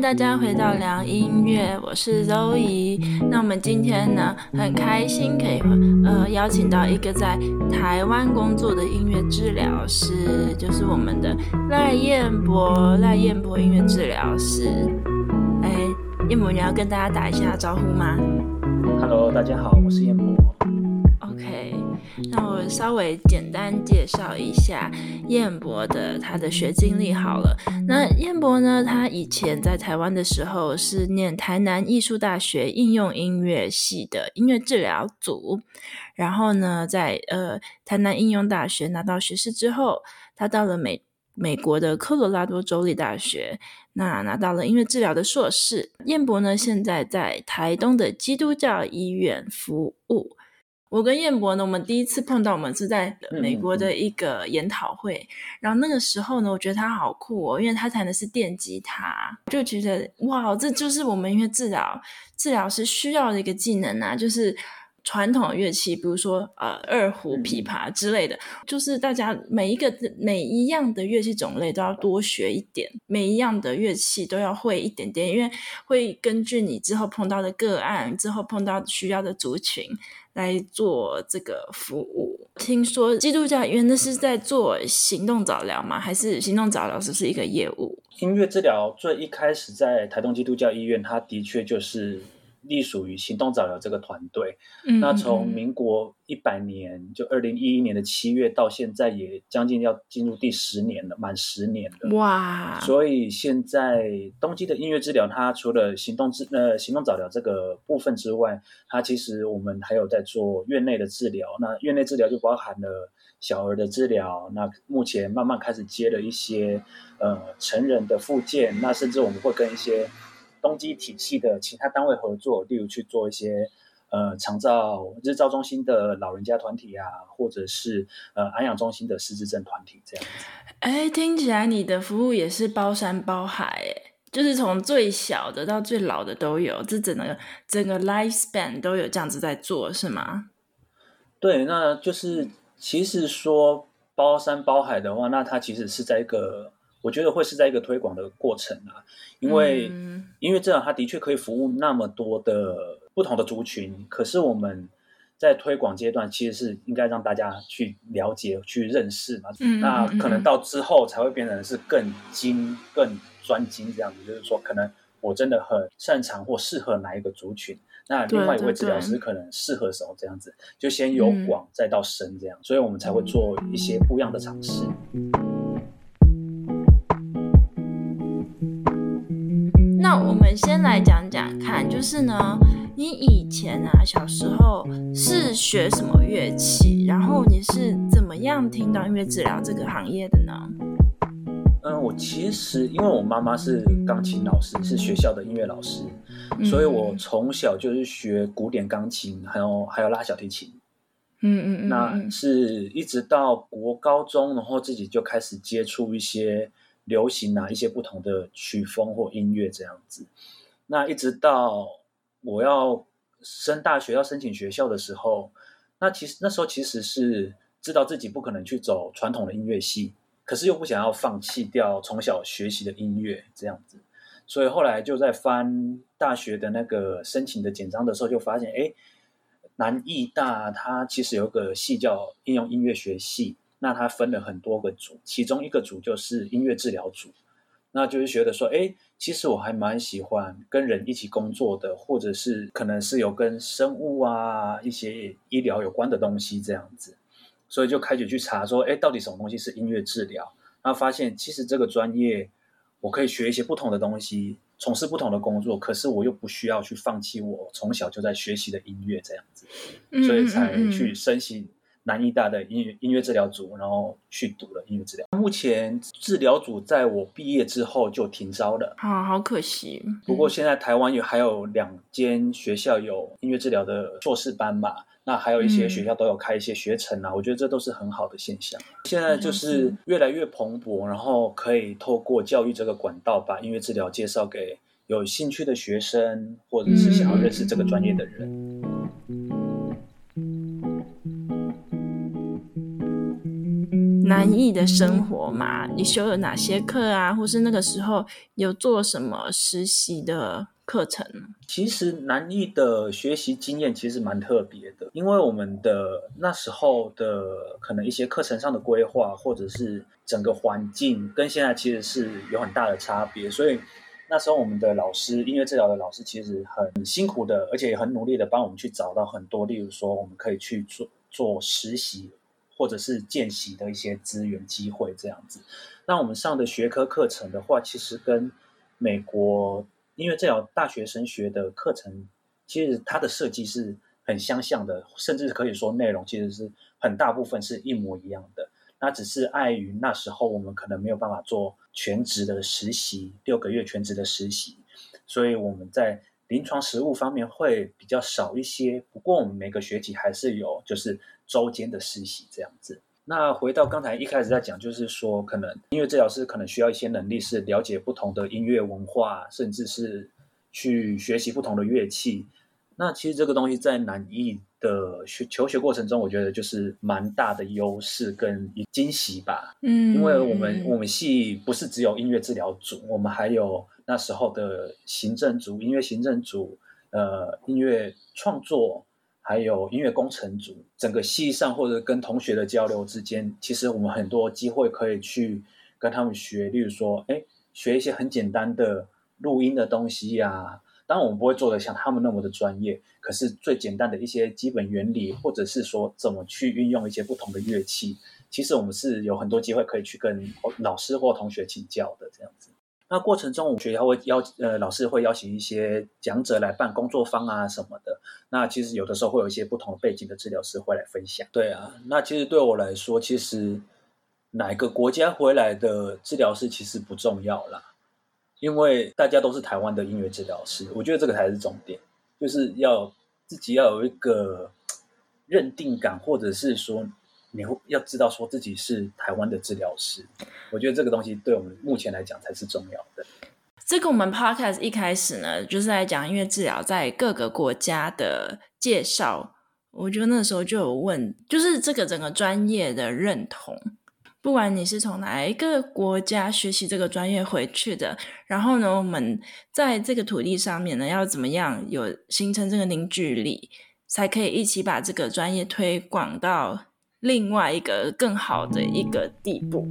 迎大家回到聊音乐，我是 Zoe。那我们今天呢，很开心可以邀请到一个在台湾工作的音乐治疗师，就是我们的赖彦博音乐治疗师。彦博，你要跟大家打一下招呼吗？ Hello， 大家好，我是彦博。 OK， 那我稍微简单介绍一下彦博他的学经历好了。那彦博呢，他以前在台湾的时候是念台南艺术大学应用音乐系的音乐治疗组，然后呢，在台南应用大学拿到学士之后，他到了美国的科罗拉多州立大学，那拿到了音乐治疗的硕士。彦博呢，现在在台东的基督教医院服务。我跟彦博呢，我们第一次碰到，我们是在美国的一个研讨会，然后那个时候呢，我觉得他好酷哦，因为他弹的是电吉他，就觉得哇，这就是我们音乐治疗师需要的一个技能啊，就是传统的乐器，比如说二胡、琵琶之类的，就是大家每一样的乐器种类都要多学一点，每一样的乐器都要会一点点，因为会根据你之后碰到的个案，之后碰到需要的族群来做这个服务。听说基督教医院那是在做行动早疗吗？还是行动早疗是一个业务？ 音乐治疗最一开始在台东基督教医院，它的确就是隶属于行动早疗这个团队。那从民国100年，就2011年的7月到现在，也将近要进入第10年了，满10年了。 哇！ 所以现在东基的音乐治疗，它除了行动早疗这个部分之外，它其实我们还有在做院内的治疗。那院内治疗就包含了小儿的治疗，那目前慢慢开始接了一些成人的复健，那甚至我们会跟一些东基体系的其他单位合作，例如去做一些日照中心的老人家团体啊，或者是安养中心的失智症团体这样子。 听起来你的服务也是包山包海就是从最小的到最老的都有，这整个 lifespan 都有这样子在做是吗？ 对，那就是其实说包山包海的话，那它其实是我觉得会是在一个推广的过程啊，因为音乐治疗它的确可以服务那么多的不同的族群，可是我们在推广阶段其实是应该让大家去了解、去认识嘛。那可能到之后才会变成是更专精这样子，就是说可能我真的很擅长或适合哪一个族群。那另外一位治疗师可能适合什么这样子，就先由广再到深这样，所以我们才会做一些不一样的尝试。 那我们先来讲讲看，就是呢，你以前小时候是学什么乐器？然后你是怎么样听到音乐治疗这个行业的呢？ 我其实因为我妈妈是钢琴老师，是学校的音乐老师，所以我从小就是学古典钢琴，还有拉小提琴。那是一直到国高中，然后自己就开始接触一些流行一些不同的曲风或音乐这样子。那一直到我要升大学要申请学校的时候，那时候其实是知道自己不可能去走传统的音乐系，可是又不想要放弃掉从小学习的音乐这样子，所以后来就在翻大学的那个申请的简章的时候，就发现南艺大它其实有个系叫应用音乐学系，那它分了很多个组，其中一个组就是音乐治疗组。那就是觉得说其实我还蛮喜欢跟人一起工作的，或者是可能是有跟生物啊一些医疗有关的东西这样子，所以就开始去查说到底什么东西是音乐治疗，然后发现其实这个专业我可以学一些不同的东西，从事不同的工作，可是我又不需要去放弃我从小就在学习的音乐这样子，所以才去申请南艺大的音乐治疗组，然后去读了音乐治疗。目前治疗组在我毕业之后就停招了， 好可惜。 不过现在台湾还有2间学校有音乐治疗的硕士班嘛，那还有一些学校都有开一些学程我觉得这都是很好的现象。现在就是越来越蓬勃，然后可以透过教育这个管道把音乐治疗介绍给有兴趣的学生，或者是想要认识这个专业的人。 南艺的生活嘛？你修了哪些课啊？或是那个时候有做什么实习的课程呢？ 其实南艺的学习经验其实蛮特别的，因为我们的那时候的可能一些课程上的规划，或者是整个环境跟现在其实是有很大的差别，所以那时候我们的老师，音乐治疗的老师其实很辛苦的，而且也很努力的帮我们去找到很多，例如说我们可以去做实习或者是见习的一些资源机会这样子。那我们上的学科课程的话，其实跟美国音乐治疗大学生学的课程，其实它的设计是很相像的，甚至可以说内容其实是很大部分是一模一样的。那只是碍于那时候我们可能没有办法做全职的实习，6个月全职的实习，所以我们在临床实务方面会比较少一些。不过我们每个学期还是有就是周间的实习这样子。那回到刚才一开始在讲，就是说可能音乐治疗师可能需要一些能力，是了解不同的音乐文化，甚至是去学习不同的乐器。那其实这个东西在南艺的求学过程中，我觉得就是蛮大的优势跟惊喜吧。因为我们系不是只有音乐治疗组，我们还有那时候的行政组、音乐行政组、音乐创作，还有音乐工程组。整个系上或者跟同学的交流之间，其实我们很多机会可以去跟他们学，例如说，学一些很简单的录音的东西啊。当然我们不会做得像他们那么的专业，可是最简单的一些基本原理，或者是说怎么去运用一些不同的乐器，其实我们是有很多机会可以去跟老师或同学请教的这样子。那过程中我们学校会老师会邀请一些讲者来办工作坊啊什么的，那其实有的时候会有一些不同的背景的治疗师会来分享。对啊，那其实对我来说，其实哪个国家回来的治疗师其实不重要啦，因为大家都是台湾的音乐治疗师，我觉得这个才是重点，就是自己要有一个认定感，或者是说你要知道说自己是台湾的治疗师，我觉得这个东西对我们目前来讲才是重要的。 这个我们 podcast 一开始呢，就是在讲音乐治疗在各个国家的介绍。我觉得那时候就有问，就是这个整个专业的认同，不管你是从哪一个国家学习这个专业回去的，然后呢，我们在这个土地上面呢，要怎么样有形成这个凝聚力，才可以一起把这个专业推广到另外一个更好的一个地步。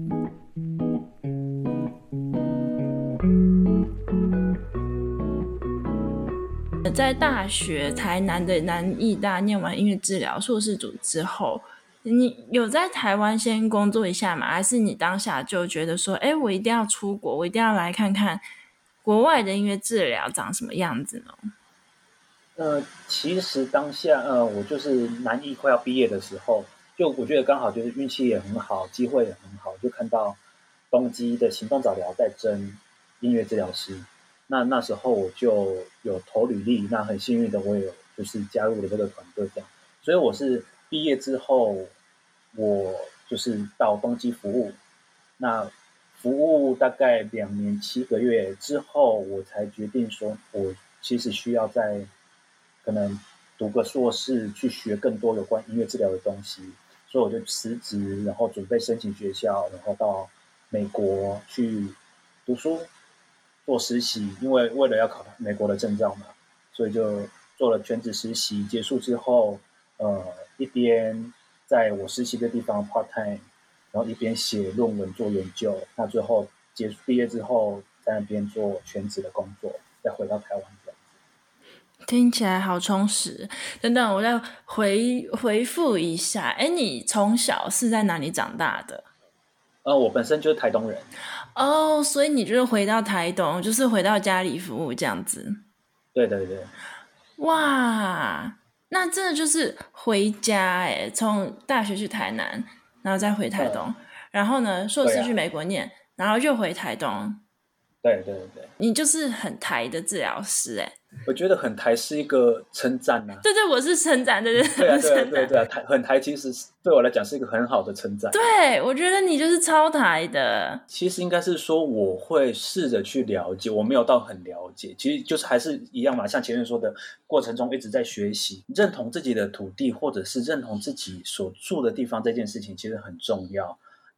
在大学台南的南艺大念完音乐治疗硕士组之后，你有在台湾先工作一下吗？还是你当下就觉得说，我一定要出国，我一定要来看看国外的音乐治疗长什么样子呢？ 其实当下我就是南艺快要毕业的时候，就我觉得刚好就是运气也很好，机会也很好，就看到东基的行动早疗在征音乐治疗师。那时候我就有投履历，那很幸运的我也有就是加入了这个团队这样。所以我是毕业之后，我就是到东基服务，那服务大概2年7个月之后，我才决定说我其实需要在可能读个硕士，去学更多有关音乐治疗的东西，所以我就辞职，然后准备申请学校，然后到美国去读书做实习，因为为了要考美国的证照嘛，所以就做了全职实习。结束之后，一边在我实习的地方 part time， 然后一边写论文做研究。那最后毕业之后，在那边做全职的工作，再回到台湾这样子。 听起来好充实。等等，我再回复一下。你从小是在哪里长大的？ 我本身就是台东人。 哦，所以你就是回到台东，就是回到家里服务这样子。 对对对。 哇，那真的就是回家从大学去台南，然后再回台东，然后呢硕士去美国念，然后又回台东。 对对对， 你就是很台的治疗师我觉得很台是一个称赞啊。 对，我是称赞，对很台其实对我来讲是一个很好的称赞。 对，我觉得你就是超台的。 其实应该是说我会试着去了解，我没有到很了解，其实就是还是一样嘛，像前面说的过程中一直在学习，认同自己的土地或者是认同自己所住的地方这件事情其实很重要。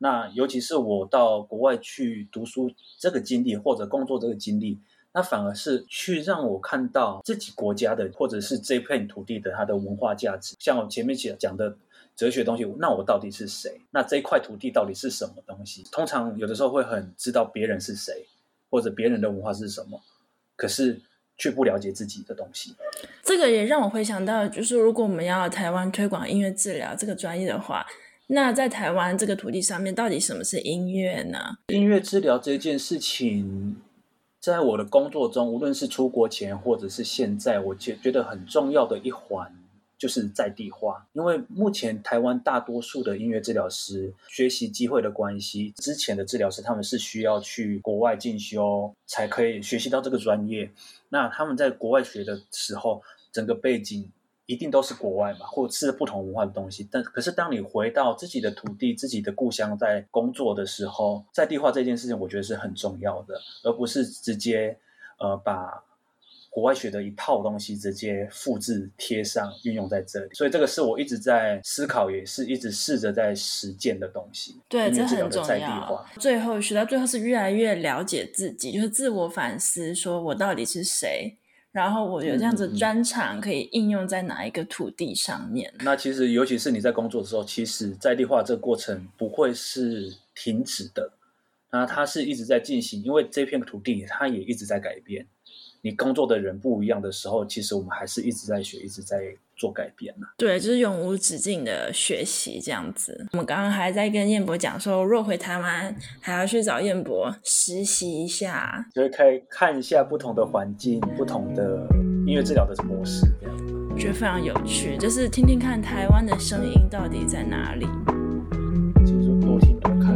那尤其是我到国外去读书这个经历或者工作这个经历，那反而是去让我看到自己国家的或者是这片土地的它的文化价值。像我前面讲的哲学东西，那我到底是谁？那这一块土地到底是什么东西？通常有的时候会很知道别人是谁，或者别人的文化是什么，可是却不了解自己的东西。 这个也让我回想到，就是如果我们要台湾推广音乐治疗这个专业的话，那在台湾这个土地上面，到底什么是音乐呢？ 音乐治疗这件事情，在我的工作中，无论是出国前或者是现在，我觉得很重要的一环就是在地化。因为目前台湾大多数的音乐治疗师学习机会的关系，之前的治疗师他们是需要去国外进修才可以学习到这个专业。那他们在国外学的时候，整个背景一定都是国外嘛，或者是不同文化的东西。可是当你回到自己的土地、自己的故乡，在工作的时候，在地化这件事情，我觉得是很重要的，而不是直接把国外学的一套东西直接复制贴上运用在这里。所以这个是我一直在思考，也是一直试着在实践的东西。 对，这很重在地化， 最后学到最后是越来越了解自己，就是自我反思，说我到底是谁，然后我有这样子专长可以应用在哪一个土地上面。 那其实尤其是你在工作的时候，其实在地化这个过程不会是停止的，那它是一直在进行，因为这片土地它也一直在改变。你工作的人不一样的时候，其实我们还是一直在学，一直在做改变呢。 对，就是永无止境的学习这样子。我们刚刚还在跟彦博讲说，若回台湾还要去找彦博实习一下， 就是可以看一下不同的环境、不同的音乐治疗的模式，这样觉得非常有趣，就是听听看台湾的声音到底在哪里。 就是多听多看。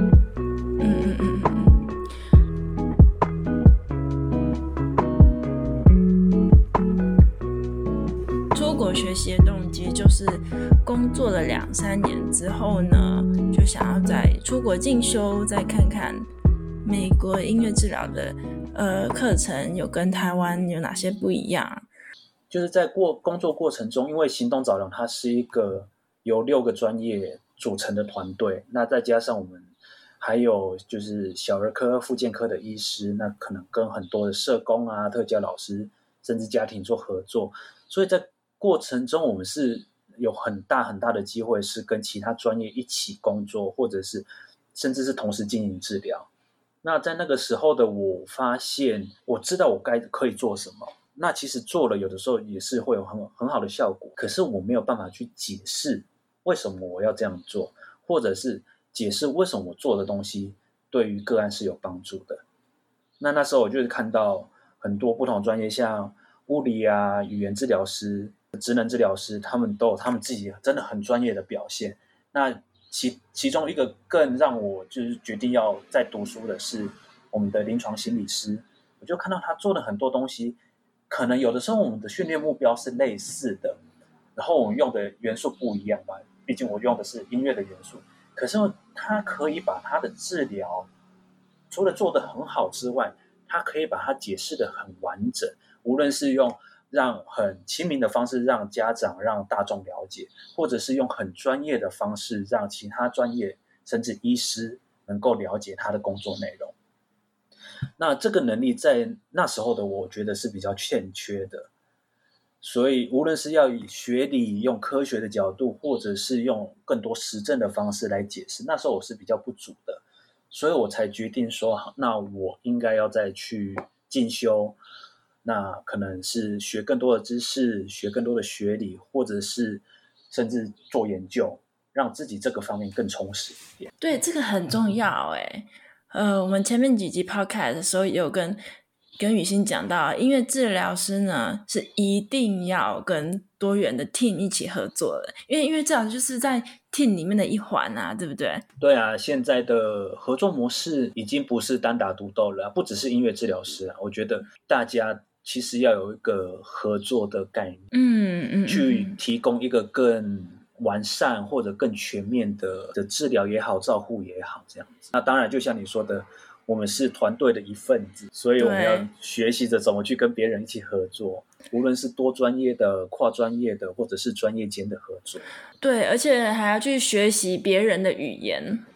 出国学习的动机就是工作了2-3年之后呢，就想要再出国进修，再看看美国音乐治疗的课程有跟台湾有哪些不一样。 就是在工作过程中，因为行动早疗它是一个由6个专业组成的团队，那再加上我们还有就是小儿科、复健科的医师，那可能跟很多的社工啊、特教老师甚至家庭做合作，所以在过程中我们是有很大很大的机会是跟其他专业一起工作，或者是甚至是同时经营治疗。那在那个时候的我发现，我知道我可以做什么，那其实做了有的时候也是会有很好的效果，可是我没有办法去解释为什么我要这样做，或者是解释为什么我做的东西对于个案是有帮助的。那时候我就是看到很多不同的专业，像物理啊、语言治疗师、职能治疗师，他们都有他们自己真的很专业的表现。那其中一个更让我就是决定要再读书的是我们的临床心理师，我就看到他做的很多东西，可能有的时候我们的训练目标是类似的，然后我们用的元素不一样吧，毕竟我用的是音乐的元素，可是他可以把他的治疗除了做得很好之外，他可以把它解释得很完整，无论是用让很亲民的方式让家长让大众了解，或者是用很专业的方式让其他专业甚至医师能够了解他的工作内容。那这个能力在那时候的我觉得是比较欠缺的，所以无论是要以学理用科学的角度，或者是用更多实证的方式来解释，那时候我是比较不足的，所以我才决定说，那我应该要再去进修，那可能是学更多的知识，学更多的学理，或者是甚至做研究，让自己这个方面更充实一点。 对，这个很重要耶。我们前面几集 podcast 的时候也有跟雨欣讲到，音乐治疗师呢是一定要跟多元的 team 一起合作的，因为音乐治疗就是在 team 里面的一环啊，对不对？ 对啊，现在的合作模式已经不是单打独斗了，不只是音乐治疗师啊，我觉得大家其实要有一个合作的概念，去提供一个更完善或者更全面的治疗也好，照护也好，这样子。那当然就像你说的，我们是团队的一份子，所以我们要学习着怎么去跟别人一起合作，无论是多专业的、跨专业的，或者是专业间的合作。 对，而且还要去学习别人的语言，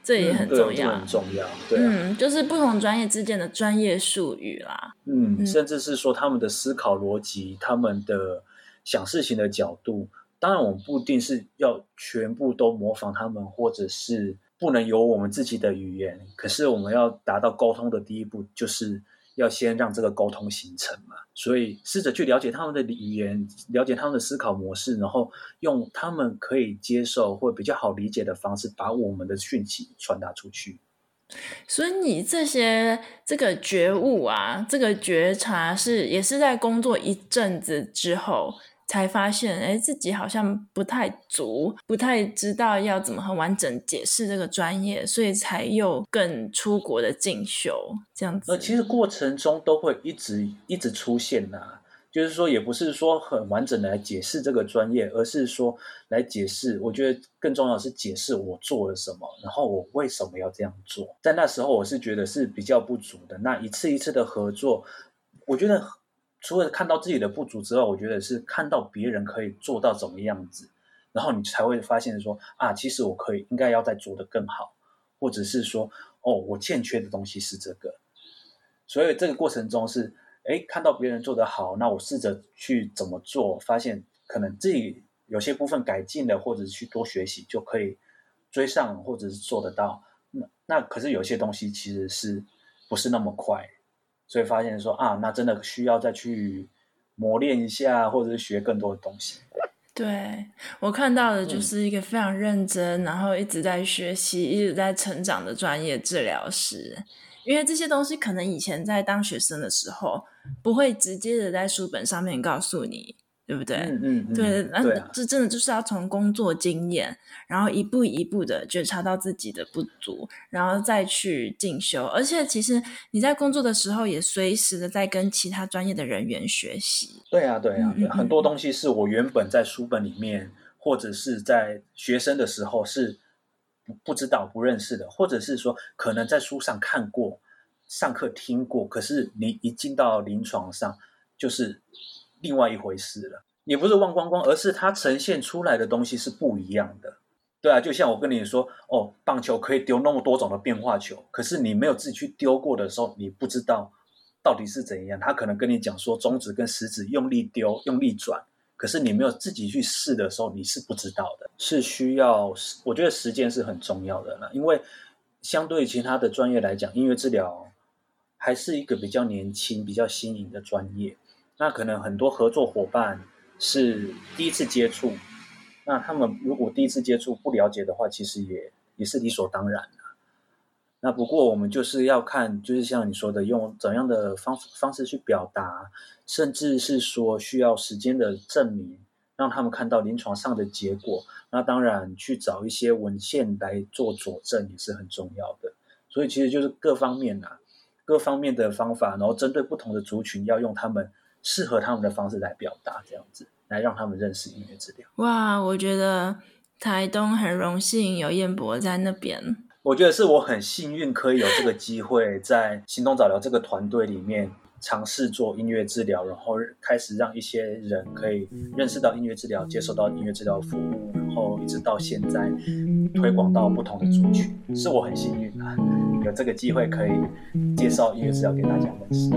这也很重要， 对，很重要，对啊， 就是不同专业之间的专业术语啦， 甚至是说他们的思考逻辑，他们的想事情的角度，当然我们不一定是要全部都模仿他们，或者是不能有我们自己的语言，可是我们要达到沟通的第一步，就是要先让这个沟通形成嘛，所以试着去了解他们的语言，了解他们的思考模式，然后用他们可以接受或比较好理解的方式，把我们的讯息传达出去。 所以你这个觉悟啊，这个觉察也是在工作一阵子之后才发现，自己好像不太足，不太知道要怎么很完整解释这个专业，所以才又更出国的进修这样子。 其实过程中都会一直出现啊，就是说也不是说很完整的来解释这个专业，而是说来解释，我觉得更重要的是解释我做了什么，然后我为什么要这样做。在那时候我是觉得是比较不足的，那一次一次的合作，我觉得除了看到自己的不足之外，我觉得是看到别人可以做到怎么样子，然后你才会发现说啊，其实我应该要再做得更好，或者是说我欠缺的东西是这个。所以这个过程中是看到别人做得好，那我试着去怎么做，发现可能自己有些部分改进了，或者是去多学习就可以追上，或者是做得到。那可是有些东西其实是不是那么快，所以发现说啊，那真的需要再去磨练一下，或者是学更多的东西。 对，我看到的就是一个非常认真，然后一直在学习，一直在成长的专业治疗师。因为这些东西可能以前在当学生的时候不会直接的在书本上面告诉你，对不对？对，那这真的就是要从工作经验，然后一步一步的觉察到自己的不足，然后再去进修。而且其实你在工作的时候也随时的在跟其他专业的人员学习。 对啊，很多东西是我原本在书本里面，或者是在学生的时候是不知道、不认识的，或者是说可能在书上看过、上课听过，可是你一进到临床上，就是另外一回事了。也不是忘光光，而是它呈现出来的东西是不一样的。对啊，就像我跟你说，棒球可以丢那么多种的变化球，可是你没有自己去丢过的时候，你不知道到底是怎样。他可能跟你讲说，中指跟食指用力丢、用力转，可是你没有自己去试的时候，你是不知道的。是需要，我觉得时间是很重要的啦，因为相对于其他的专业来讲，音乐治疗还是一个比较年轻、比较新颖的专业。那可能很多合作伙伴是第一次接触，那他们如果第一次接触不了解的话，其实也是理所当然的。那不过我们就是要看，就是像你说的，用怎样的方式去表达，甚至是说需要时间的证明，让他们看到临床上的结果。那当然去找一些文献来做佐证也是很重要的。所以其实就是各方面的方法，然后针对不同的族群，要用适合他们的方式来表达，这样子来让他们认识音乐治疗。 哇，我觉得台东很荣幸有彦博在那边。 我觉得是我很幸运可以有这个机会在行动早疗这个团队里面尝试做音乐治疗，然后开始让一些人可以认识到音乐治疗，接受到音乐治疗服务，然后一直到现在推广到不同的族群，是我很幸运啊，有这个机会可以介绍音乐治疗给大家认识。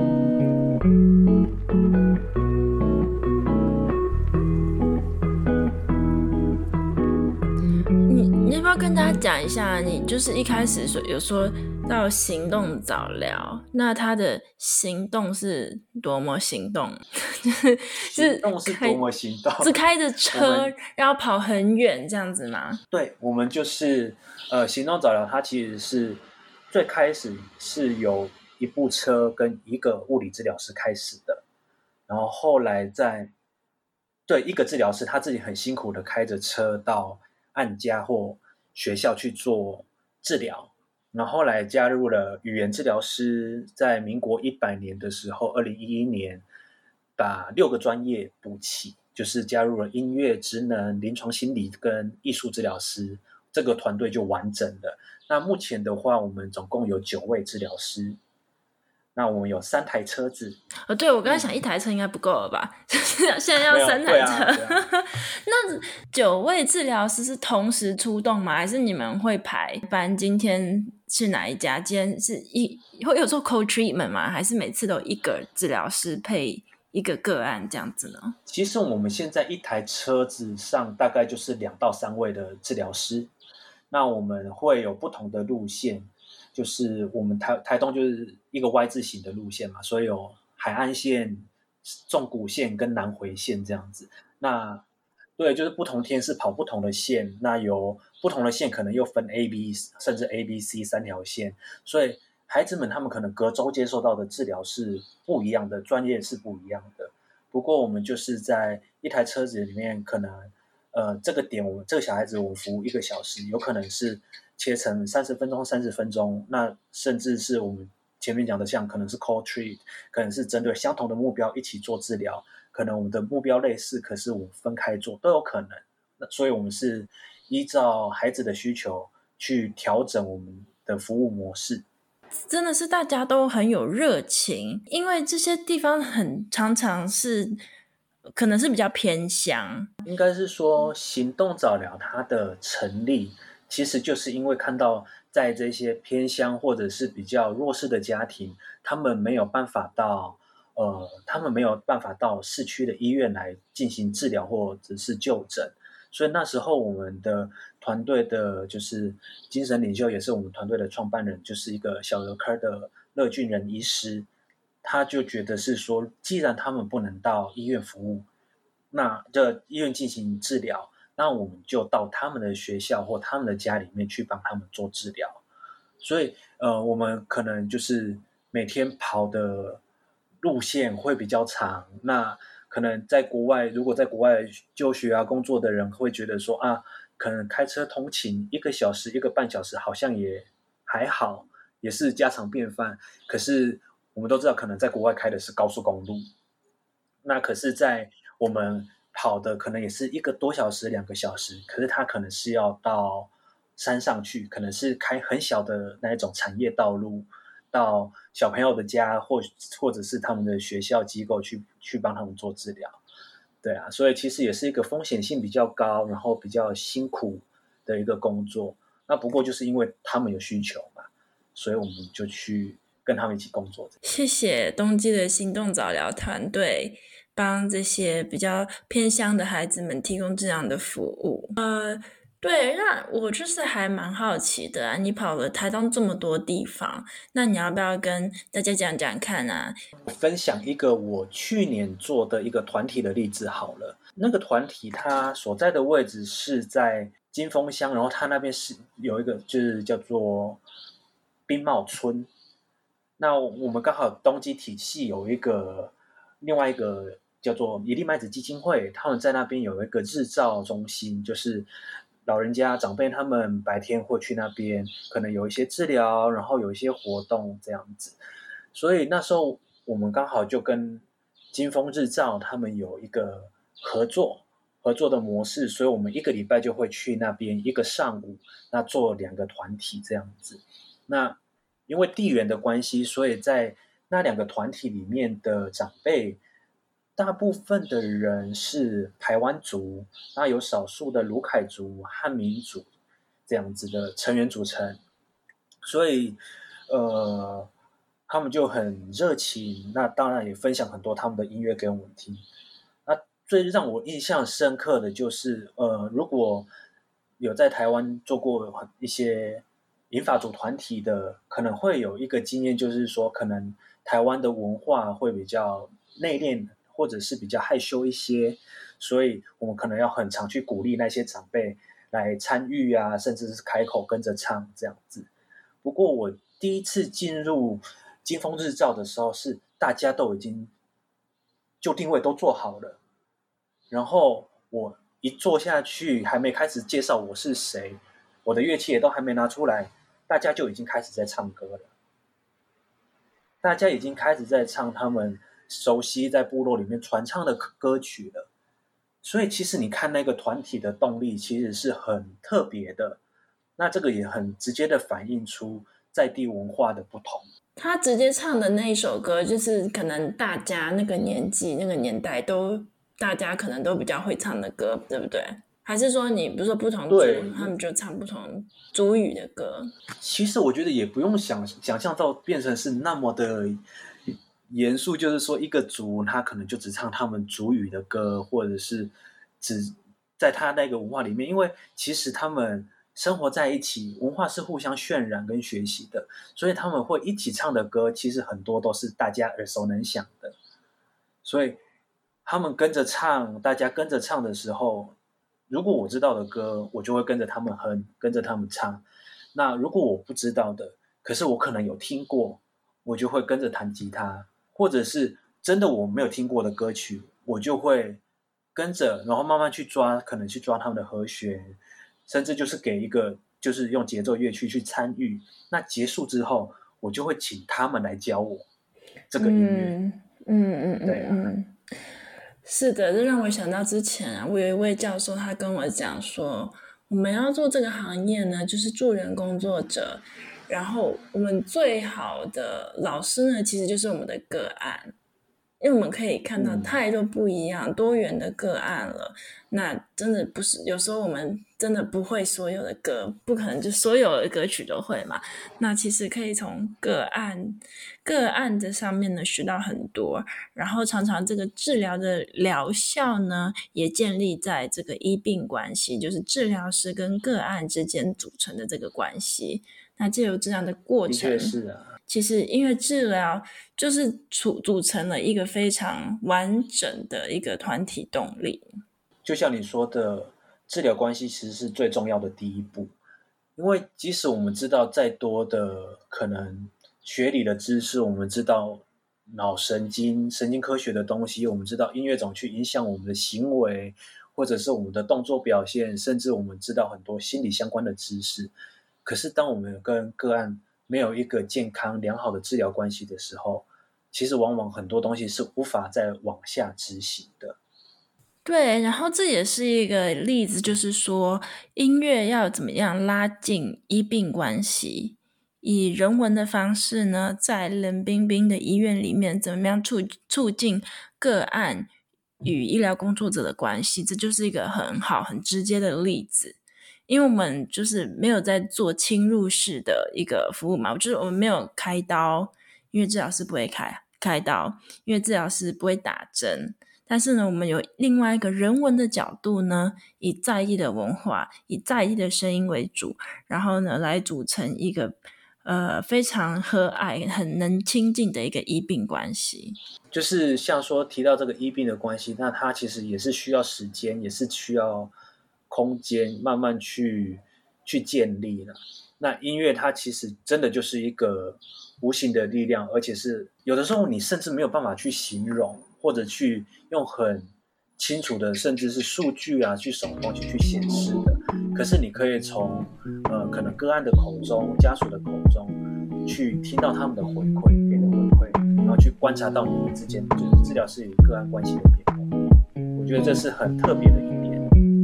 你要不要跟大家讲一下，你就是一开始有说到行动早疗，那他的行动是多么行动？ 行动是多么行动？ 是开着车然后跑很远这样子吗？ 对，我们就是行动早疗，它其实是最开始是由一部车跟一个物理治疗师开始的，然后后来一个治疗师他自己很辛苦的开着车到案家或学校去做治疗，然后后来加入了语言治疗师，在民国100年的时候，2011年把6个专业补齐，就是加入了音乐、职能、临床心理跟艺术治疗师，这个团队就完整了。那目前的话，我们总共有9位治疗师。 那我们有3台车子。 对，我刚才想1台车应该不够了吧？就是现在要3台车。那9位治疗师是同时出动吗？还是你们会排班？今天是哪一家？今天是会有做 co-treatment 吗？还是每次都1个治疗师配一个个案这样子呢？ 其实我们现在1台车子上大概就是2到3位的治疗师。那我们会有不同的路线，就是我们台东就是一个 Y 字形的路线嘛，所以有海岸线、纵谷线跟南回线这样子。那对，就是不同天是跑不同的线，那有不同的线可能又分 A、B 甚至 A、B、C 3条线，所以孩子们他们可能隔周接受到的治疗是不一样的，专业是不一样的。不过我们就是在1台车子里面可能这个点我们这个小孩子我们服务1个小时，有可能是切成30分钟、30分钟，那甚至是我们前面讲的像可能是 co-treat， 可能是针对相同的目标一起做治疗，可能我们的目标类似，可是我们分开做都有可能。那所以我们是依照孩子的需求去调整我们的服务模式。 真的是大家都很有热情，因为这些地方常常是可能是比较偏乡。 应该是说行动早疗它的成立其实就是因为看到在这些偏乡或者是比较弱势的家庭，他们没有办法到市区的医院来进行治疗或者是就诊。所以那时候我们的团队的就是精神领袖，也是我们团队的创办人，就是一个小儿科的乐俊仁医师，他就觉得是说，既然他们不能到医院服务，那这医院进行治疗，那我们就到他们的学校或他们的家里面去帮他们做治疗。所以我们可能就是每天跑的路线会比较长，那可能在国外，如果在国外就学啊工作的人会觉得说啊，可能开车通勤1个小时、1个半小时好像也还好，也是家常便饭。可是我们都知道，可能在国外开的是高速公路，那可是在我们跑的可能也是1个多小时、2个小时，可是它可能是要到山上去，可能是开很小的那一种产业道路，到小朋友的家或者是他们的学校机构去帮他们做治疗。对啊，所以其实也是一个风险性比较高，然后比较辛苦的一个工作。那不过就是因为他们有需求嘛，所以我们就去跟他们一起工作。 谢谢冬季的行动早疗团队帮这些比较偏乡的孩子们提供这样的服务。对，那我就是还蛮好奇的啊，你跑了台东这么多地方，那你要不要跟大家讲讲看啊？ 分享一个我去年做的一个团体的例子好了。那个团体它所在的位置是在金峰乡，然后它那边是有一个就是叫做冰帽村。那我们刚好东基体系有另外一个叫做一粒麦子基金会，他们在那边有一个日照中心，就是老人家长辈他们白天会去那边，可能有一些治疗，然后有一些活动这样子。所以那时候我们刚好就跟金峰日照他们有一个合作的模式，所以我们1个礼拜就会去那边1个上午，那做2个团体这样子。那因为地缘的关系，所以在那2个团体里面的长辈，大部分的人是排湾族，那有少数的鲁凯族、汉民族这样子的成员组成，所以他们就很热情，那当然也分享很多他们的音乐给我们听。那最让我印象深刻的就是如果有在台湾做过一些银发族团体的，可能会有一个经验，就是说可能台湾的文化会比较内敛，或者是比较害羞一些，所以我们可能要很常去鼓励那些长辈来参与啊，甚至是开口跟着唱这样子。不过我第一次进入金峰日照的时候，是大家都已经就定位都做好了，然后我一坐下去，还没开始介绍我是谁，我的乐器也都还没拿出来，大家就已经开始在唱歌了。大家已经开始在唱他们熟悉在部落里面传唱的歌曲了。所以其实你看那个团体的动力其实是很特别的，那这个也很直接的反映出在地文化的不同。 他直接唱的那一首歌，就是可能大家那个年纪、那个年代大家可能都比较会唱的歌，对不对？还是说你不是说不同族，他们就唱不同族语的歌？ 其实我觉得也不用想象到变成是那么的严肃，就是说一个族他可能就只唱他们族语的歌，或者是只在他那个文化里面，因为其实他们生活在一起，文化是互相渲染跟学习的，所以他们会一起唱的歌，其实很多都是大家耳熟能详的。所以他们跟着唱，大家跟着唱的时候，如果我知道的歌，我就会跟着他们哼，跟着他们唱。那如果我不知道的，可是我可能有听过，我就会跟着弹吉他，或者是真的我没有听过的歌曲，我就会跟着，然后慢慢去抓，可能去抓他们的和弦，甚至就是给一个就是用节奏乐器去参与。那结束之后，我就会请他们来教我这个音乐。对啊。 是的，这让我想到之前啊，我有一位教授，他跟我讲说，我们要做这个行业呢，就是助人工作者，然后我们最好的老师呢，其实就是我们的个案。因为我们可以看到太多不一样、多元的个案了，那真的不是有时候我们真的不会所有的歌，不可能就所有的歌曲都会嘛。那其实可以从个案的上面呢学到很多，然后常常这个治疗的疗效呢也建立在这个医病关系，就是治疗师跟个案之间组成的这个关系。那藉由这样的过程， 的确是啊。 其实音乐治疗就是组成了一个非常完整的一个团体动力。 就像你说的，治疗关系其实是最重要的第一步，因为即使我们知道再多的可能学理的知识，我们知道脑神经科学的东西，我们知道音乐怎么去影响我们的行为，或者是我们的动作表现，甚至我们知道很多心理相关的知识，可是当我们跟个案没有一个健康良好的治疗关系的时候，其实往往很多东西是无法再往下执行的。 对，然后这也是一个例子，就是说音乐要怎么样拉近医病关系，以人文的方式呢，在冷冰冰的医院里面，怎么样促进个案与医疗工作者的关系，这就是一个很好很直接的例子。因为我们就是没有在做侵入式的一个服务嘛，就是我们没有开刀，因为治疗师不会开刀，因为治疗师不会打针。但是呢，我们有另外一个人文的角度呢，以在地的文化、以在地的声音为主，然后呢，来组成一个非常和蔼、很能亲近的一个医病关系。 就是像说提到这个医病的关系，那它其实也是需要时间，也是需要空间，慢慢去建立的。那音乐它其实真的就是一个无形的力量，而且是有的时候你甚至没有办法去形容，或者去用很清楚的，甚至是数据啊，去什么东西去显示的。可是你可以从可能个案的口中、家属的口中，去听到他们的回馈，给的回馈，然后去观察到你们之间就是治疗师与个案关系的变化。我觉得这是很特别的一点。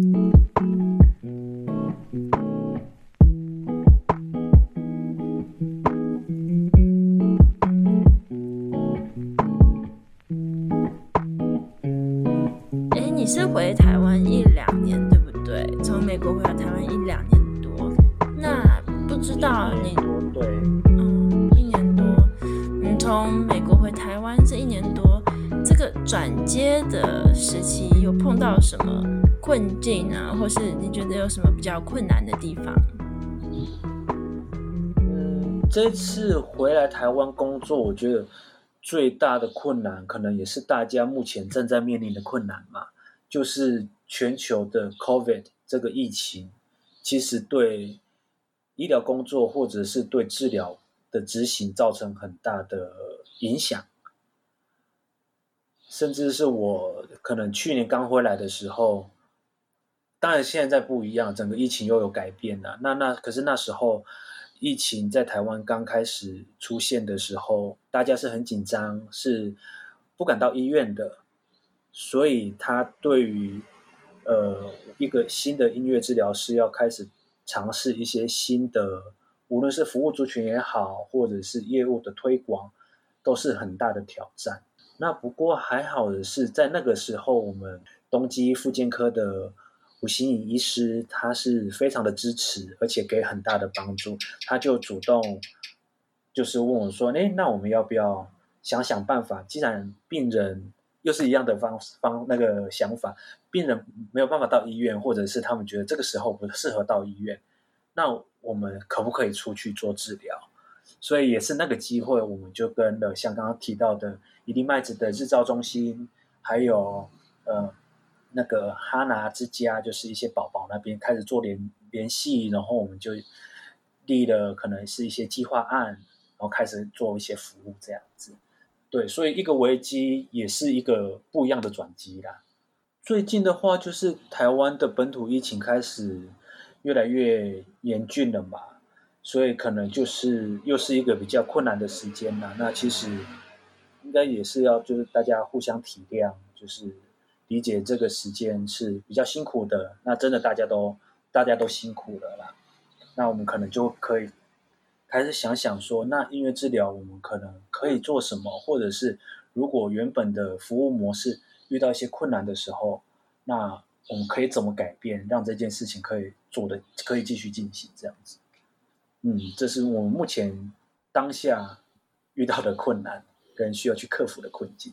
你是回台湾1-2年对不对？从美国回到台湾1-2年多，那不知道你对 ，1年多，你从美国回台湾这1年多，这个转接的时期有碰到什么困境啊，或是你觉得有什么比较困难的地方？ 这次回来台湾工作，我觉得最大的困难，可能也是大家目前正在面临的困难嘛，就是全球的 COVID 这个疫情，其实对医疗工作或者是对治疗的执行造成很大的影响。甚至是我可能去年刚回来的时候，当然现在不一样，整个疫情又有改变了。可是那时候疫情在台湾刚开始出现的时候，大家是很紧张，是不敢到医院的。所以他对于一个新的音乐治疗师要开始尝试一些新的无论是服务族群也好，或者是业务的推广，都是很大的挑战。那不过还好的是，在那个时候，我们东基复健科的吴欣颖医师，他是非常的支持，而且给很大的帮助。他就主动就是问我说：那我们要不要想想办法？既然病人又是一样的那个想法，病人没有办法到医院，或者是他们觉得这个时候不适合到医院，那我们可不可以出去做治疗？所以也是那个机会，我们就跟了像刚刚提到的一粒麦子的日照中心，还有那个哈拿之家，就是一些宝宝那边开始做联系，然后我们就立了可能是一些计划案，然后开始做一些服务这样子。对，所以一个危机也是一个不一样的转机啦。最近的话，就是台湾的本土疫情开始越来越严峻了嘛，所以可能就是又是一个比较困难的时间啦。那其实应该也是要就是大家互相体谅，就是理解这个时间是比较辛苦的。那真的大家都辛苦了啦。那我们可能就可以开始想想说，那音乐治疗我们可能可以做什么，或者是如果原本的服务模式遇到一些困难的时候，那我们可以怎么改变，让这件事情可以继续进行这样子。这是我们目前当下遇到的困难跟需要去克服的困境。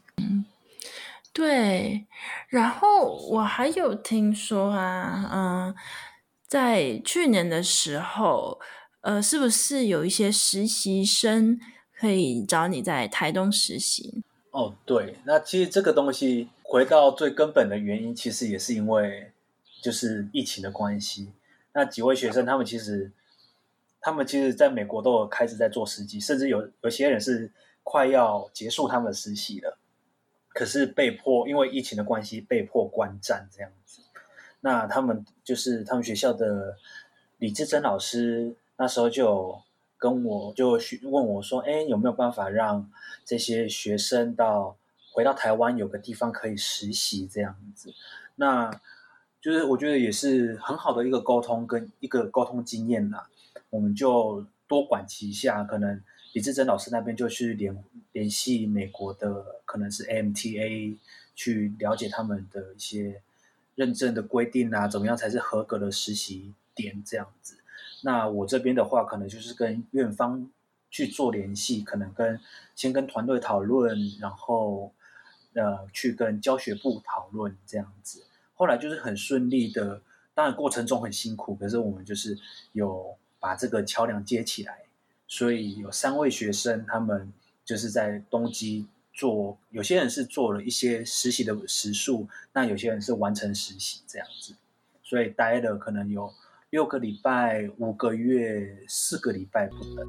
对，然后我还有听说啊，在去年的时候，是不是有一些实习生可以找你在台东实习？ 哦，对，那其实这个东西回到最根本的原因，其实也是因为就是疫情的关系。那几位学生他们其实在美国都有开始在做实习，甚至有些人是快要结束他们的实习了，可是被迫因为疫情的关系被迫观战这样子。那他们学校的李志珍老师那时候就问我说，有没有办法让这些学生回到台湾有个地方可以实习这样子？那就是我觉得也是很好的一个沟通跟一个沟通经验啦。我们就多管齐下，可能李志珍老师那边就去联系美国的可能是 AMTA 去了解他们的一些认证的规定啊，怎么样才是合格的实习点这样子。那我这边的话，可能就是跟院方去做联系，可能先跟团队讨论，然后去跟教学部讨论这样子。后来就是很顺利的，当然过程中很辛苦，可是我们就是有把这个桥梁接起来，所以有3位学生，他们就是在东基有些人是做了一些实习的时数，那有些人是完成实习这样子，所以待了可能有6个礼拜、5个月、4个礼拜不等。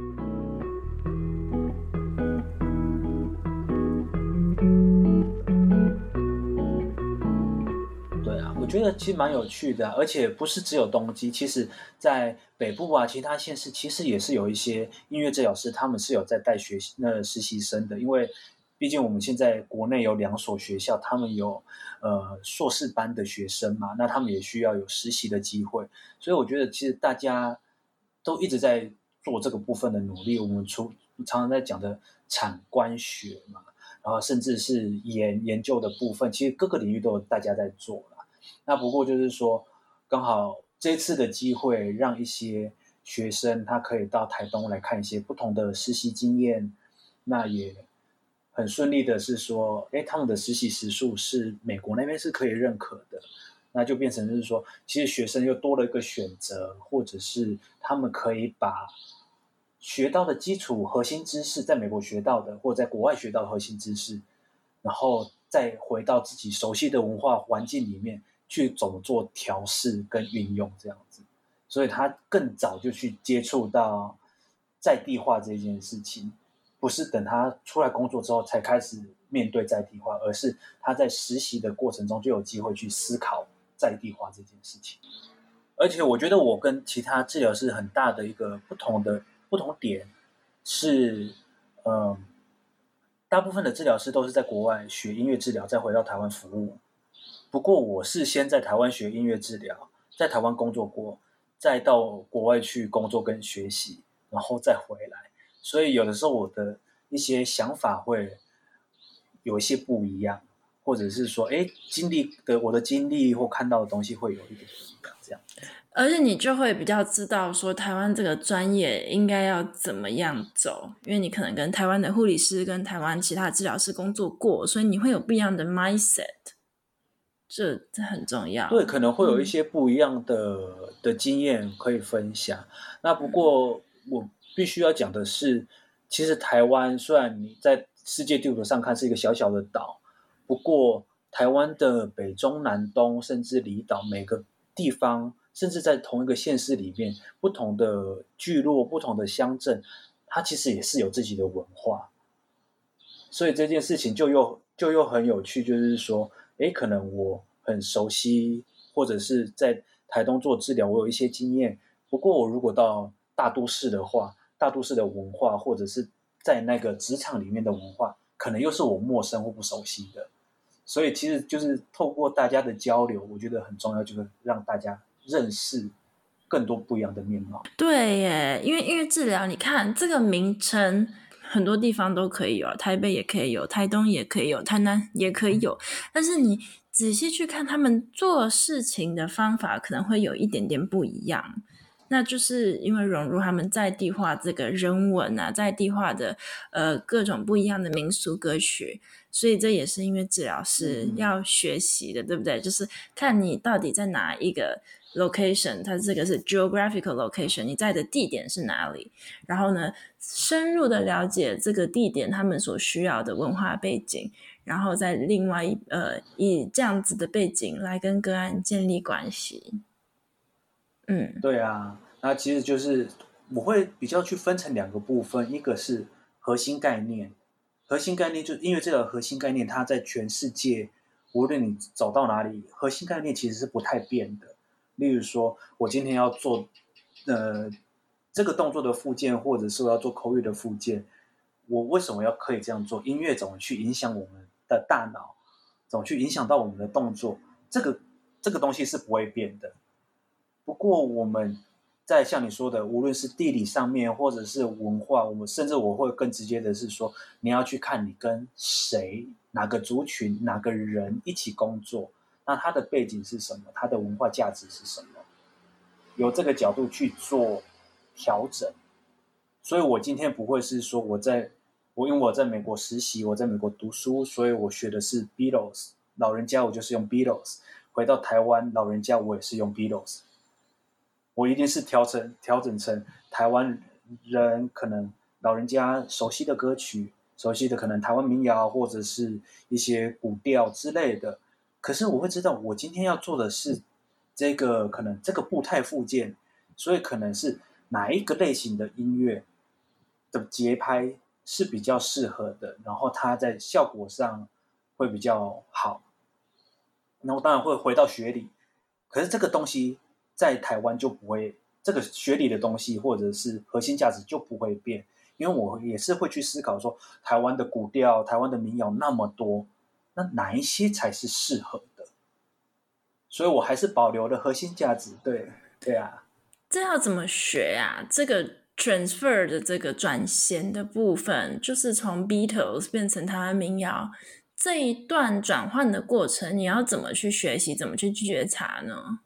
我觉得其实蛮有趣的而且不是只有东基，其实在北部啊，其他县市其实也是有一些音乐治疗师，他们是有在带实习生的，因为毕竟我们现在国内有2所学校，他们有硕士班的学生嘛，那他们也需要有实习的机会，所以我觉得其实大家都一直在做这个部分的努力。我们常常在讲的产官学嘛，然后甚至是研究的部分，其实各个领域都有大家在做啦。那不过就是说，刚好这次的机会让一些学生他可以到台东来看一些不同的实习经验，那也很顺利的是说，他们的实习时数是美国那边是可以认可的，那就变成是说，其实学生又多了一个选择，或者是他们可以把学到的基础核心知识，在美国学到的，或者在国外学到的核心知识，然后再回到自己熟悉的文化环境里面去怎么做调试跟运用这样子，所以他更早就去接触到在地化这件事情，不是等他出来工作之后才开始面对在地化，而是他在实习的过程中就有机会去思考在地化这件事情。而且我觉得我跟其他治疗师很大的一个不同点是，大部分的治疗师都是在国外学音乐治疗，再回到台湾服务。不过我是先在台湾学音乐治疗，在台湾工作过， 再到国外去工作跟学习，然后再回来，所以有的时候我的一些想法会有一些不一样，或者是说，我的经历或看到的东西会有一点不一样，这样。 而且你就会比较知道说台湾这个专业应该要怎么样走，因为你可能跟台湾的护理师跟台湾其他的治疗师工作过，所以你会有不一样的 mindset， 这很重要。 对，可能会有一些不一样的经验可以分享。那不过我必须要讲的是，其实台湾虽然你在世界地图上看是一个小小的岛，不过台湾的北中南东甚至离岛每个地方，甚至在同一个县市里面，不同的聚落、不同的乡镇，它其实也是有自己的文化。所以这件事情就又很有趣，就是说，可能我很熟悉，或者是在台东做治疗，我有一些经验。不过我如果到大都市的话，大都市的文化，或者是在那个职场里面的文化，可能又是我陌生或不熟悉的。所以其实就是透过大家的交流，我觉得很重要，就是让大家认识更多不一样的面貌。 对耶，因为治疗，你看这个名称很多地方都可以有，台北也可以有，台东也可以有，台南也可以有，但是你仔细去看他们做事情的方法可能会有一点点不一样，那就是因为融入他们在地化这个人文啊，在地化的各种不一样的民俗歌曲，所以这也是因为治疗师要学习的，对不对？就是看你到底在哪一个 location， 它这个是 geographical location， 你在的地点是哪里，然后呢深入的了解这个地点他们所需要的文化背景，然后再另外以这样子的背景来跟个案建立关系。 对啊，那其实就是我会比较去分成两个部分，一个是核心概念，核心概念就因为这个核心概念它在全世界无论你走到哪里，核心概念其实是不太变的。例如说我今天要做这个动作的复健，或者是我要做口语的复健，我为什么要可以这样做？音乐怎么去影响我们的大脑，怎么去影响到我们的动作，这个东西是不会变的。不过我们在像你说的，无论是地理上面或者是文化，甚至我会更直接的是说，你要去看你跟谁、哪个族群、哪个人一起工作，那他的背景是什么，他的文化价值是什么，由这个角度去做调整。所以我今天不会是说因为我在美国实习，我在美国读书，所以我学的是 Beatles， 老人家我就是用 Beatles， 回到台湾老人家我也是用 Beatles，我一定是调整成台湾人可能老人家熟悉的歌曲，熟悉的可能台湾民谣或者是一些古调之类的。可是我会知道，我今天要做的是可能这个步态复健，所以可能是哪一个类型的音乐的节拍是比较适合的，然后它在效果上会比较好。然后当然会回到学理，可是这个东西在台湾就不会，这个学理的东西或者是核心价值就不会变，因为我也是会去思考说，台湾的古调、台湾的民谣那么多，那哪一些才是适合的？所以我还是保留了核心价值。对啊， 这要怎么学啊？这个 transfer 的这个转衔的部分，就是从 Beatles 变成台湾民谣这一段转换的过程，你要怎么去学习，怎么去觉察呢？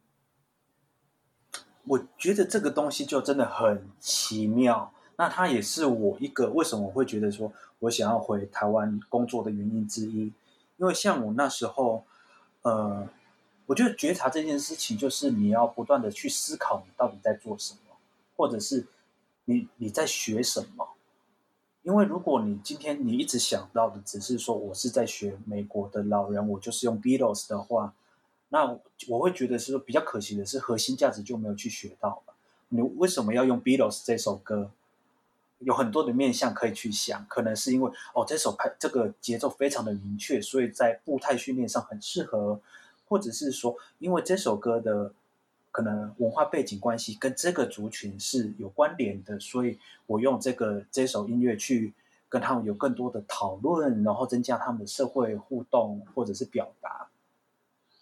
我觉得这个东西就真的很奇妙。那它也是我一个为什么我会觉得说我想要回台湾工作的原因之一。因为像我那时候，我觉得觉察这件事情，就是你要不断的去思考你到底在做什么，或者是你在学什么。因为如果你今天你一直想到的只是说我是在学美国的老人，我就是用 Beatles 的话，那我会觉得是说比较可惜的是核心价值就没有去学到了。你为什么要用 Beatles 这首歌？有很多的面向可以去想，可能是因为这个节奏非常的明确，所以在步态训练上很适合，或者是说因为这首歌的可能文化背景关系跟这个族群是有关联的，所以我用这首音乐去跟他们有更多的讨论，然后增加他们的社会互动或者是表达。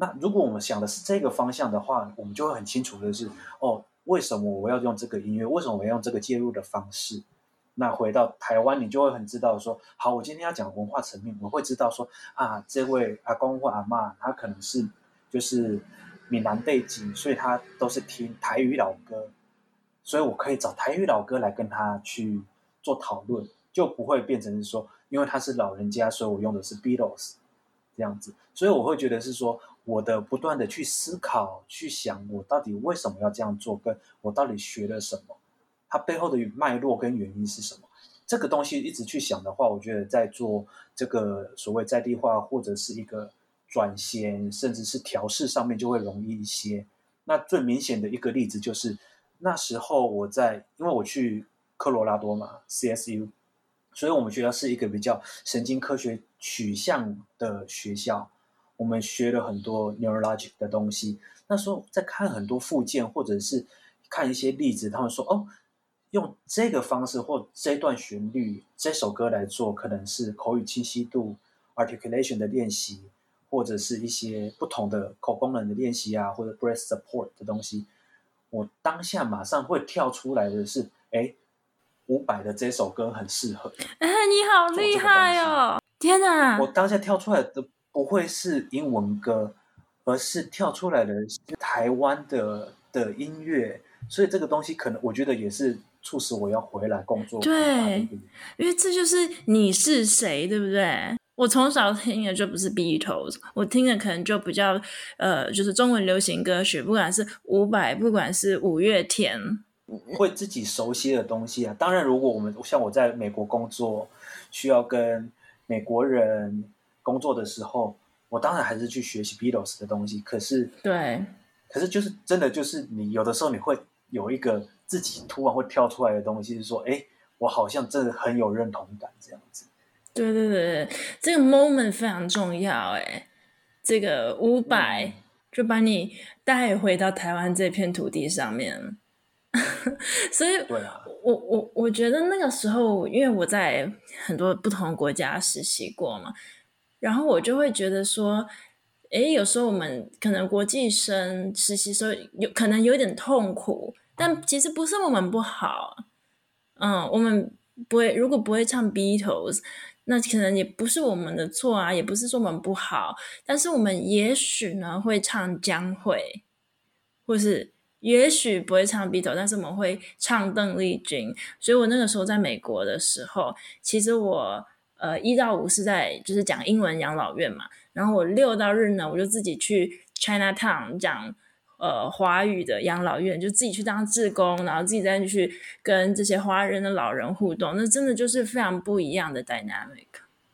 那如果我们想的是这个方向的话，我们就会很清楚的是，为什么我要用这个音乐？为什么我要用这个介入的方式？那回到台湾，你就会很知道说，好，我今天要讲文化层面，我会知道说啊，这位阿公或阿嬷，他可能是就是闽南背景，所以他都是听台语老歌，所以我可以找台语老歌来跟他去做讨论，就不会变成是说，因为他是老人家，所以我用的是 Beatles 这样子，所以我会觉得是说，我的不断的去思考，去想我到底为什么要这样做，跟我到底学了什么。它背后的脉络跟原因是什么？这个东西一直去想的话，我觉得在做这个所谓在地化或者是一个转型，甚至是调试上面就会容易一些。那最明显的一个例子就是那时候因为我去科罗拉多嘛 ，CSU， 所以我们学校是一个比较神经科学取向的学校，我们学了很多 neurologic 的东西。那时候在看很多附件或者是看一些例子，他们说用这个方式或这段旋律这首歌来做，可能是口语清晰度 articulation 的练习，或者是一些不同的口功能的练习啊，或者 breath support 的东西，我当下马上会跳出来的是伍佰的这首歌很适合。 你好厉害哦！天哪， 我当下跳出来的不会是英文歌，而是跳出来的是台湾的音乐，所以这个东西可能我觉得也是促使我要回来工作。 对，因为这就是你是谁，对不对？我从小听的就不是 Beatles， 我听的可能就比较就是中文流行歌曲，不管是伍佰，不管是五月天， 会自己熟悉的东西啊。当然，如果像我在美国工作，需要跟美国人工作的时候，我当然还是去学习 Beatles 的东西。可是就是真的就是你有的时候你会有一个自己突然会跳出来的东西，是说，我好像真的很有认同感这样子。 对对对，这个 moment 非常重要这个伍佰就把你带回到台湾这片土地上面。所以对啊， 我觉得那个时候，因为我在很多不同国家实习过嘛，然后我就会觉得说，有时候我们可能国际生实习的时候可能有点痛苦，但其实不是我们不好，我们如果不会唱 Beatles， 那可能也不是我们的错啊，也不是说我们不好，但是我们也许呢会唱江蕙，或是也许不会唱 Beatles， 但是我们会唱邓丽君。所以我那个时候在美国的时候，其实我1到5是在就是讲英文养老院嘛，然后我6到日呢，我就自己去 Chinatown 讲华语的养老院，就自己去当志工，然后自己再去跟这些华人的老人互动，那真的就是非常不一样的 dynamic。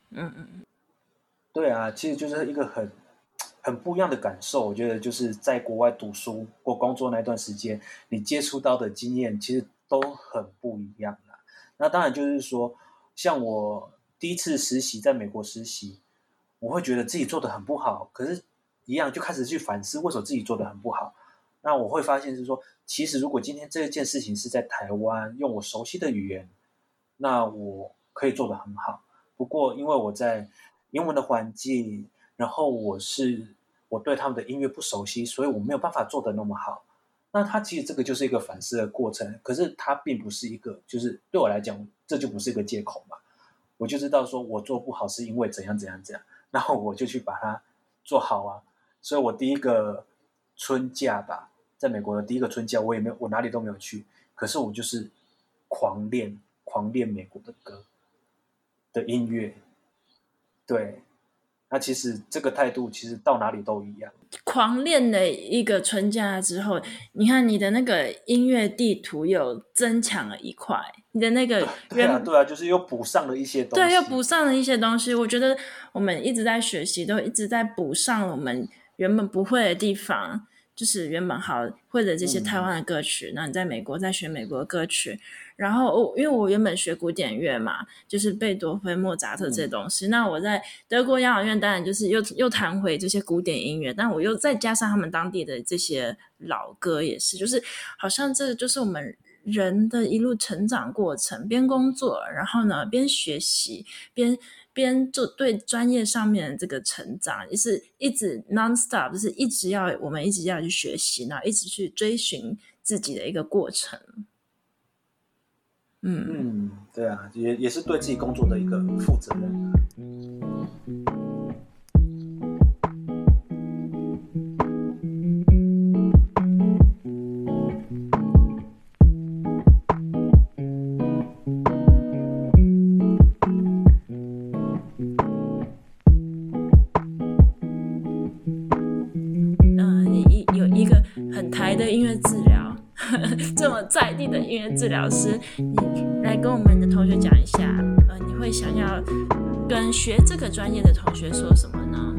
对啊，其实就是一个很不一样的感受。我觉得就是在国外读书或工作那段时间，你接触到的经验其实都很不一样啦。那当然就是说，像我第一次实习在美国实习，我会觉得自己做的很不好，可是一样就开始去反思为什么自己做的很不好。那我会发现是说，其实如果今天这件事情是在台湾，用我熟悉的语言，那我可以做得很好。不过因为我在英文的环境，然后我对他们的音乐不熟悉，所以我没有办法做得那么好。那它其实这个就是一个反思的过程，可是它并不是一个，就是对我来讲，这就不是一个借口嘛。我就知道说我做不好是因为怎样怎样怎样，然后我就去把它做好啊。所以我第一个春假吧，在美国的第一个春假，我哪里都没有去，可是我就是狂练美国的歌的音乐。对，那其实这个态度其实到哪里都一样。 狂练了一个春假之后，你看你的那个音乐地图有增强了一块，你的那个对啊，就是又补上了一些东西。 对，又补上了一些东西。我觉得我们一直在学习，都一直在补上我们原本不会的地方，就是原本好会的这些台湾的歌曲，那你在美国在学美国的歌曲，然后因为我原本学古典乐嘛，就是贝多芬、莫扎特这些东西，那我在德国养老院当然就是又弹回这些古典音乐，但我又再加上他们当地的这些老歌也是，就是好像这就是我们人的一路成长过程，边工作然后呢边学习边边就对专业上面的这个成长，也是一直 non-stop， 就是我们一直要去学习，然后一直去追寻自己的一个过程。 对啊，也是对自己工作的一个负责任。 你有一个很台的音乐治疗这么在地的音乐治疗师，你来跟我们的同学讲一下，你会想要跟学这个专业的同学说什么呢？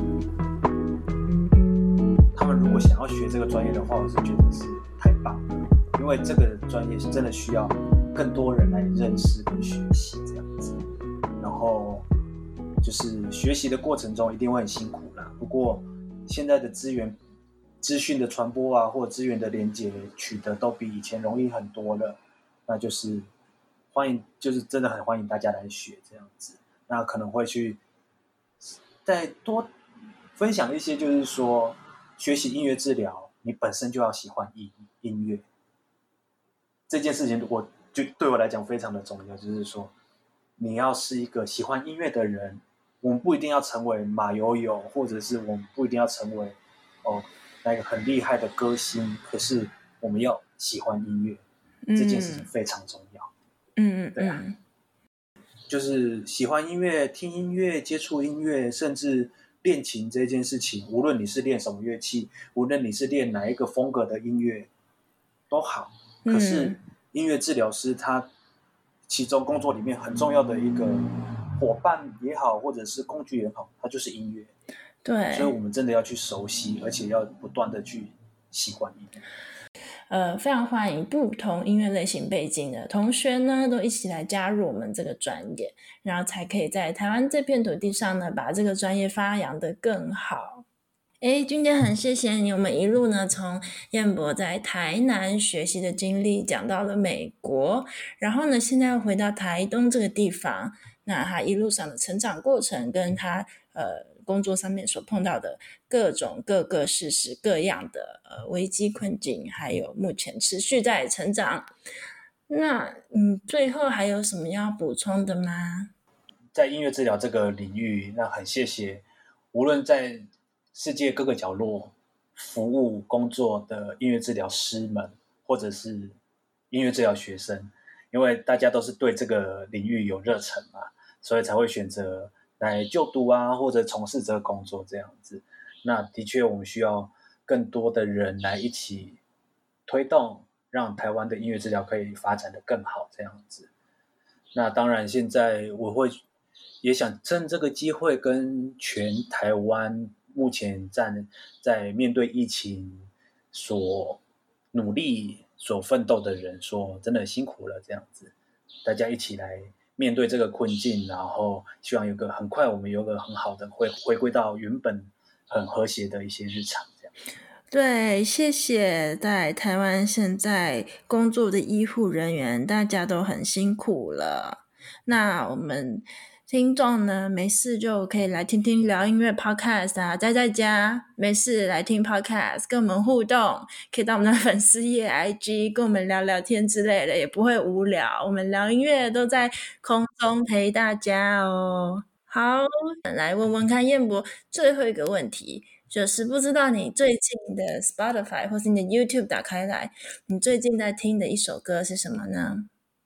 他们如果想要学这个专业的话，我是觉得是太棒了，因为这个专业是真的需要更多人来认识跟学习这样子。然后就是学习的过程中一定会很辛苦啦，不过现在的资讯的传播啊，或者资源的连接取得都比以前容易很多了，那就是就是真的很欢迎大家来学这样子。那可能会去再多分享一些，就是说学习音乐治疗，你本身就要喜欢音乐这件事情，就对我来讲非常的重要，就是说你要是一个喜欢音乐的人，我们不一定要成为马友友，或者是我们不一定要成为那个很厉害的歌星，可是我们要喜欢音乐，这件事情非常重要。对啊，就是喜欢音乐、听音乐、接触音乐，甚至练琴这件事情，无论你是练什么乐器，无论你是练哪一个风格的音乐都好。可是音乐治疗师他其中工作里面很重要的一个伙伴也好，或者是工具也好，它就是音乐。 对， 所以我们真的要去熟悉，而且要不断的去喜欢音乐。 非常欢迎不同音乐类型背景的同学呢，都一起来加入我们这个专业，然后才可以在台湾这片土地上呢，把这个专业发扬得更好。君姐很谢谢你，我们一路呢从彦博在台南学习的经历讲到了美国，然后呢现在要回到台东这个地方，那他一路上的成长过程跟他工作上面所碰到的各个事实各样的危机困境，还有目前持续在成长。那最后还有什么要补充的吗？ 在音乐治疗这个领域，那很谢谢无论在世界各个角落服务工作的音乐治疗师们，或者是音乐治疗学生，因为大家都是对这个领域有热忱嘛，所以才会选择来就读啊，或者从事这个工作这样子。那的确我们需要更多的人来一起推动，让台湾的音乐治疗可以发展得更好这样子。那当然现在我也想趁这个机会跟全台湾目前在面对疫情所努力所奋斗的人说，真的辛苦了这样子，大家一起来面对这个困境，然后希望很快我们有个很好的回归到原本很和谐的一些日常这样。 对，谢谢在台湾现在工作的医护人员，大家都很辛苦了。那我们听众呢，没事就可以来听听聊音乐 podcast 啊，在家没事来听 podcast， 跟我们互动，可以到我们的粉丝页 IG 跟我们聊聊天之类的，也不会无聊。我们聊音乐都在空中陪大家哦。好，来问问看彦博最后一个问题，就是不知道你最近的 Spotify 或是你的 YouTube 打开来，你最近在听的一首歌是什么呢？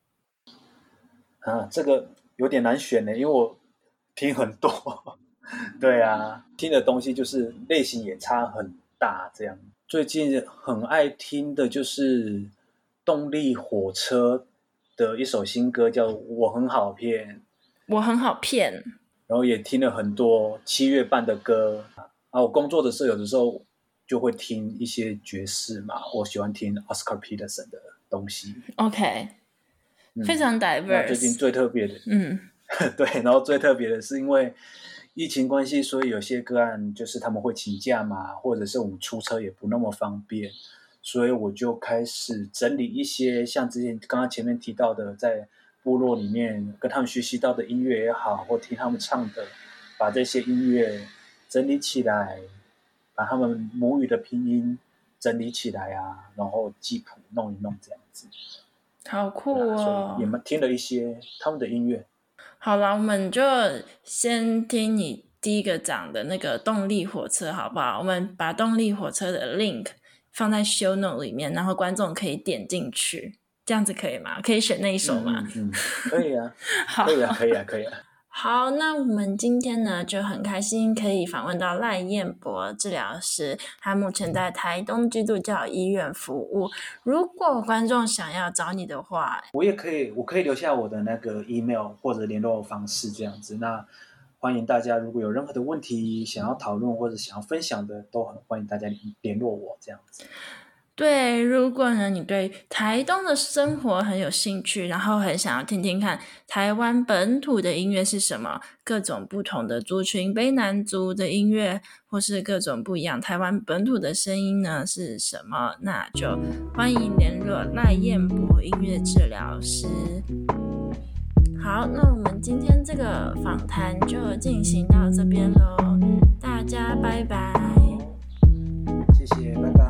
这个有点难选呢，因为我听很多对啊，听的东西就是类型也差很大这样。最近很爱听的就是动力火车的一首新歌叫我很好骗， 我很好骗， 然后也听了很多7月半的歌啊。我工作的时候有的时候就会听一些爵士嘛，我喜欢听 Oscar Peterson 的东西。 OK，非常 diverse。 那最近最特别的对，然后最特别的是因为疫情关系，所以有些个案就是他们会请假嘛，或者是我们出车也不那么方便，所以我就开始整理一些像之前刚刚前面提到的在部落里面跟他们学习到的音乐也好，或听他们唱的，把这些音乐整理起来，把他们母语的拼音整理起来啊，然后记谱弄一弄这样子。 好酷哦！ 所以也听了一些他们的音乐。 好了，我们就先听你第一个讲的那个动力火车好不好？我们把动力火车的 link 放在 show note 里面，然后观众可以点进去，这样子可以吗？可以选那一首吗？ 可以啊，可以啊，可以啊，可以啊。 好，那我们今天呢就很开心可以访问到赖彦博治疗师，他目前在台东基督教医院服务。如果观众想要找你的话， 我可以留下我的那个 email 或者联络方式这样子。那欢迎大家如果有任何的问题想要讨论或者想要分享的，都很欢迎大家联络我这样子。 对，如果呢你对台东的生活很有兴趣，然后很想要听听看台湾本土的音乐是什么，各种不同的族群卑南族的音乐，或是各种不一样台湾本土的声音呢是什么，那就欢迎联络赖彦博音乐治疗师。好，那我们今天这个访谈就进行到这边咯，大家拜拜。 谢谢，拜拜。